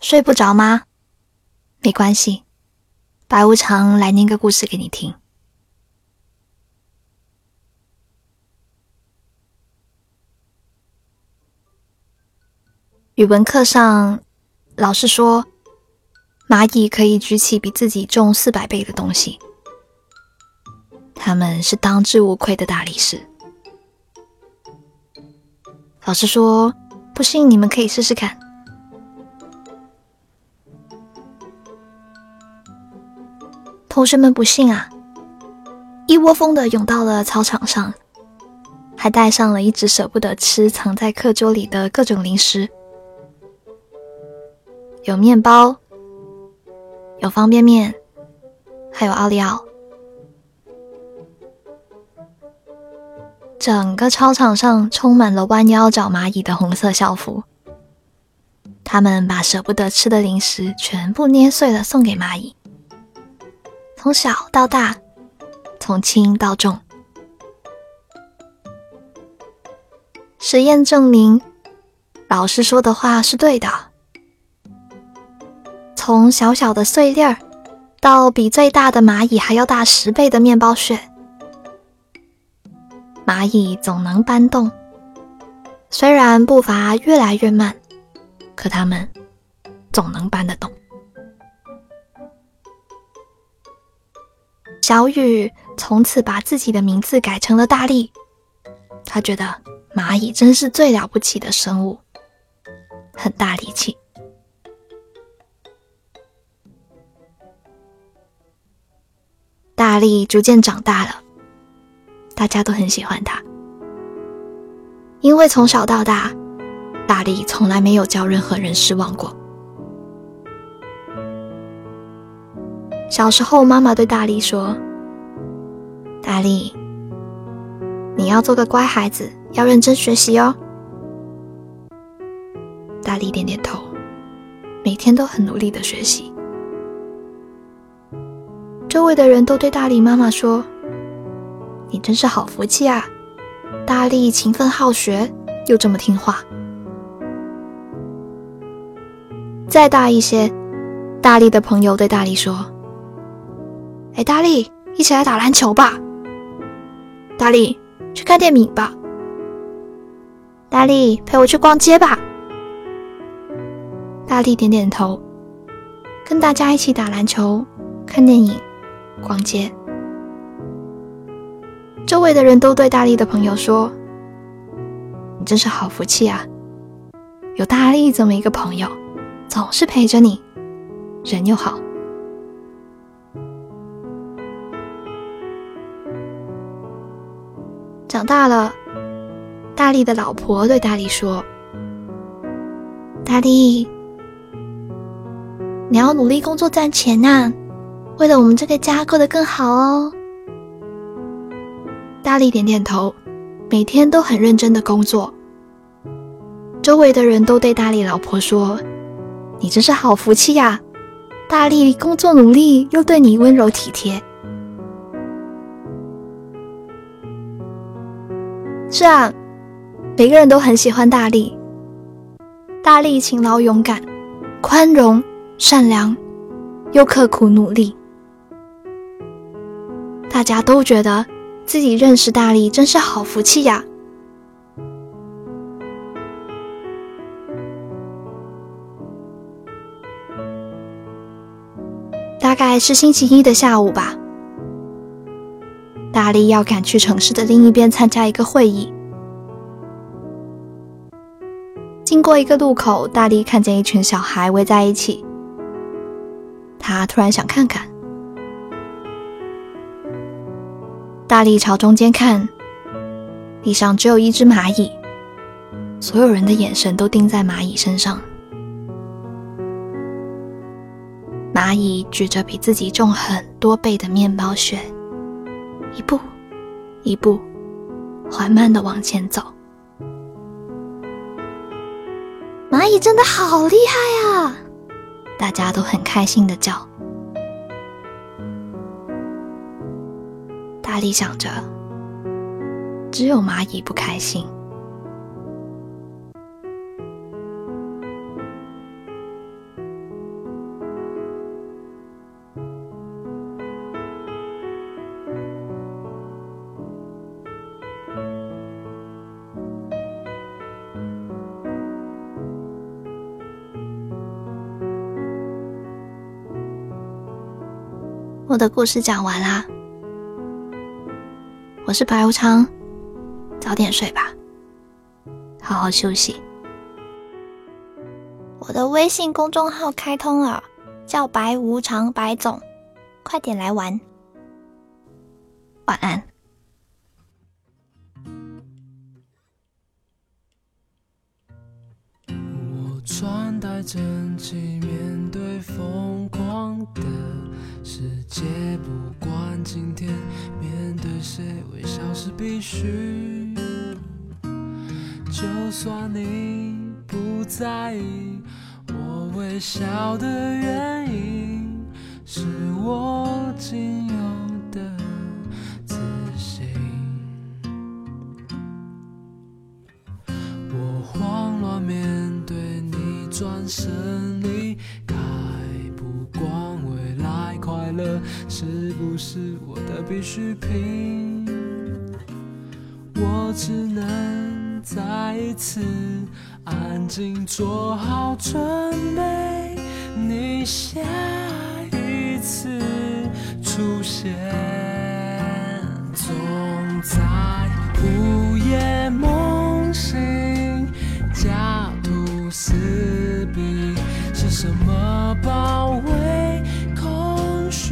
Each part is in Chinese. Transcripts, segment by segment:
睡不着吗？没关系，白无常来念个故事给你听。语文课上，老师说，蚂蚁可以举起比自己重400倍的东西，它们是当之无愧的大力士。老师说，不信你们可以试试看。同学们不信啊，一窝蜂地涌到了操场上，还带上了一直舍不得吃藏在课桌里的各种零食，有面包，有方便面，还有奥利奥。整个操场上充满了弯腰找蚂蚁的红色校服，他们把舍不得吃的零食全部捏碎了送给蚂蚁，从小到大，从轻到重。实验证明，老师说的话是对的。从小小的碎粒儿，到比最大的蚂蚁还要大10倍的面包屑，蚂蚁总能搬动，虽然步伐越来越慢，可它们总能搬得动。小雨从此把自己的名字改成了大力，他觉得蚂蚁真是最了不起的生物，很大力气。大力逐渐长大了，大家都很喜欢他，因为从小到大，大力从来没有叫任何人失望过。小时候，妈妈对大力说：“大力，你要做个乖孩子，要认真学习哦。”大力点点头，每天都很努力的学习。周围的人都对大力妈妈说：“你真是好福气啊，大力勤奋好学，又这么听话。”再大一些，大力的朋友对大力说：“大力，一起来打篮球吧。大力，去看电影吧。大力，陪我去逛街吧。”大力点点头，跟大家一起打篮球、看电影、逛街。周围的人都对大力的朋友说：“你真是好福气啊，有大力这么一个朋友，总是陪着你，人又好。”长大了，大力的老婆对大力说：“大力，你要努力工作赚钱啊，为了我们这个家过得更好哦。”大力点点头，每天都很认真的工作。周围的人都对大力老婆说：“你真是好福气呀，大力工作努力，又对你温柔体贴。”是啊，每个人都很喜欢大力。大力勤劳勇敢，宽容善良，又刻苦努力。大家都觉得自己认识大力真是好福气呀。大概是星期一的下午吧，大力要赶去城市的另一边参加一个会议。经过一个路口，大力看见一群小孩围在一起，他突然想看看。大力朝中间看，地上只有一只蚂蚁，所有人的眼神都盯在蚂蚁身上。蚂蚁举着比自己重很多倍的面包屑，一步一步缓慢地往前走。蚂蚁真的好厉害啊！大家都很开心地叫。大力想着，只有蚂蚁不开心。 我的故事讲完啦，我是白无常，早点睡吧，好好休息。我的微信公众号开通了，叫白无常白总，快点来玩。晚安。 我穿戴整齐，面对疯狂的世界，不管今天面对谁，微笑是必须。就算你不在意，我微笑的原因是我仅有的自信。我慌乱面对你转身离开，不管未来快乐是不是我的必需品，我只能再一次安静做好准备，你下一次出现，总在午夜梦醒，家徒四壁，是什么包围空虚？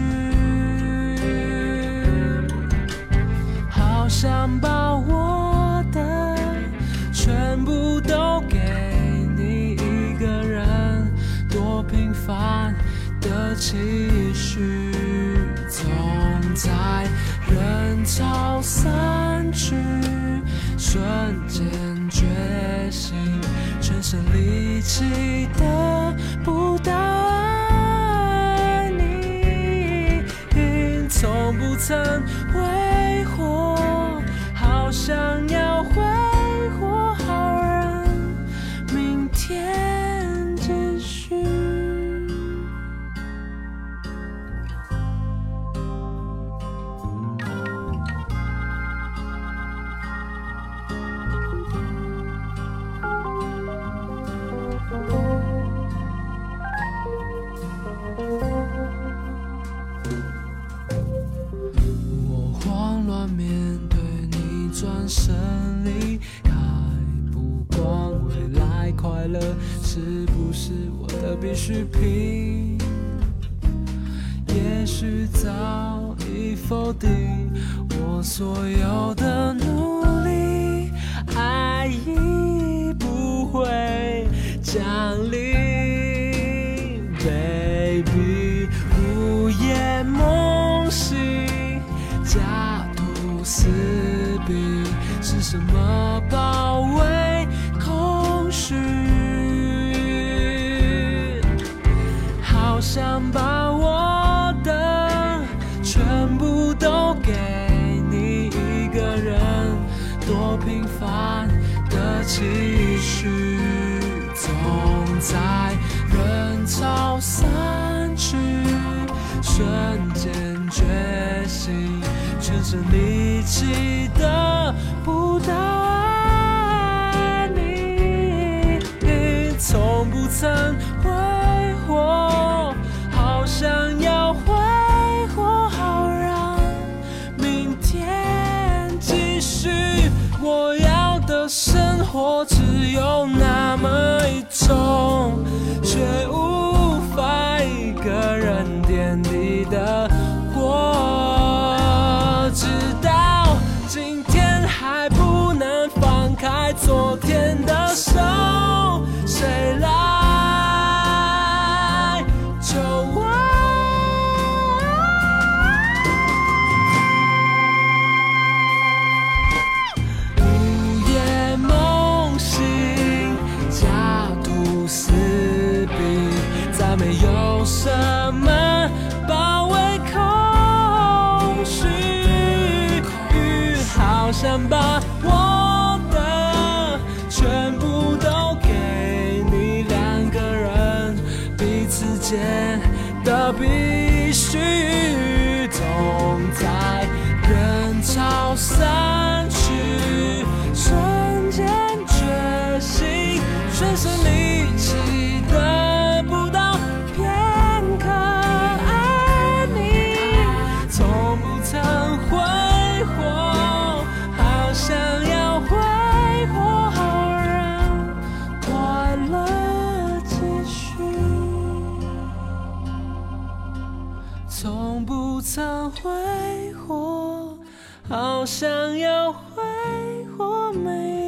好想把我的全部都给你一个人，多平凡的期许，总在人潮散去，瞬间觉醒，全身力气得不到爱你，从不曾挥霍，好想要挥霍，好让明天继续。我慌乱面对你转身离开，不管未来快乐是不是我的必需品，也许早已否定我所有的努力，爱已不会降临 Baby， 午夜梦醒，家徒四壁，是什么包围空虚？好想把我的全部都给你一个人，多平凡的期许，总在人潮散去，瞬间觉醒，全身力气得不到爱你，从不曾挥霍，好想要挥霍，好让明天继续。我要的生活只有那么一种，却无法一个人点滴的过，直到今天还不能放开昨天的手，谁来救我？午夜梦醒，家徒四壁，再没有什么包围空虚，好想把我的全部都给你，两个人彼此间的必须，总在人潮散去，瞬间觉醒，全身力气得不到片刻爱你， 曾挥霍，好想要挥霍每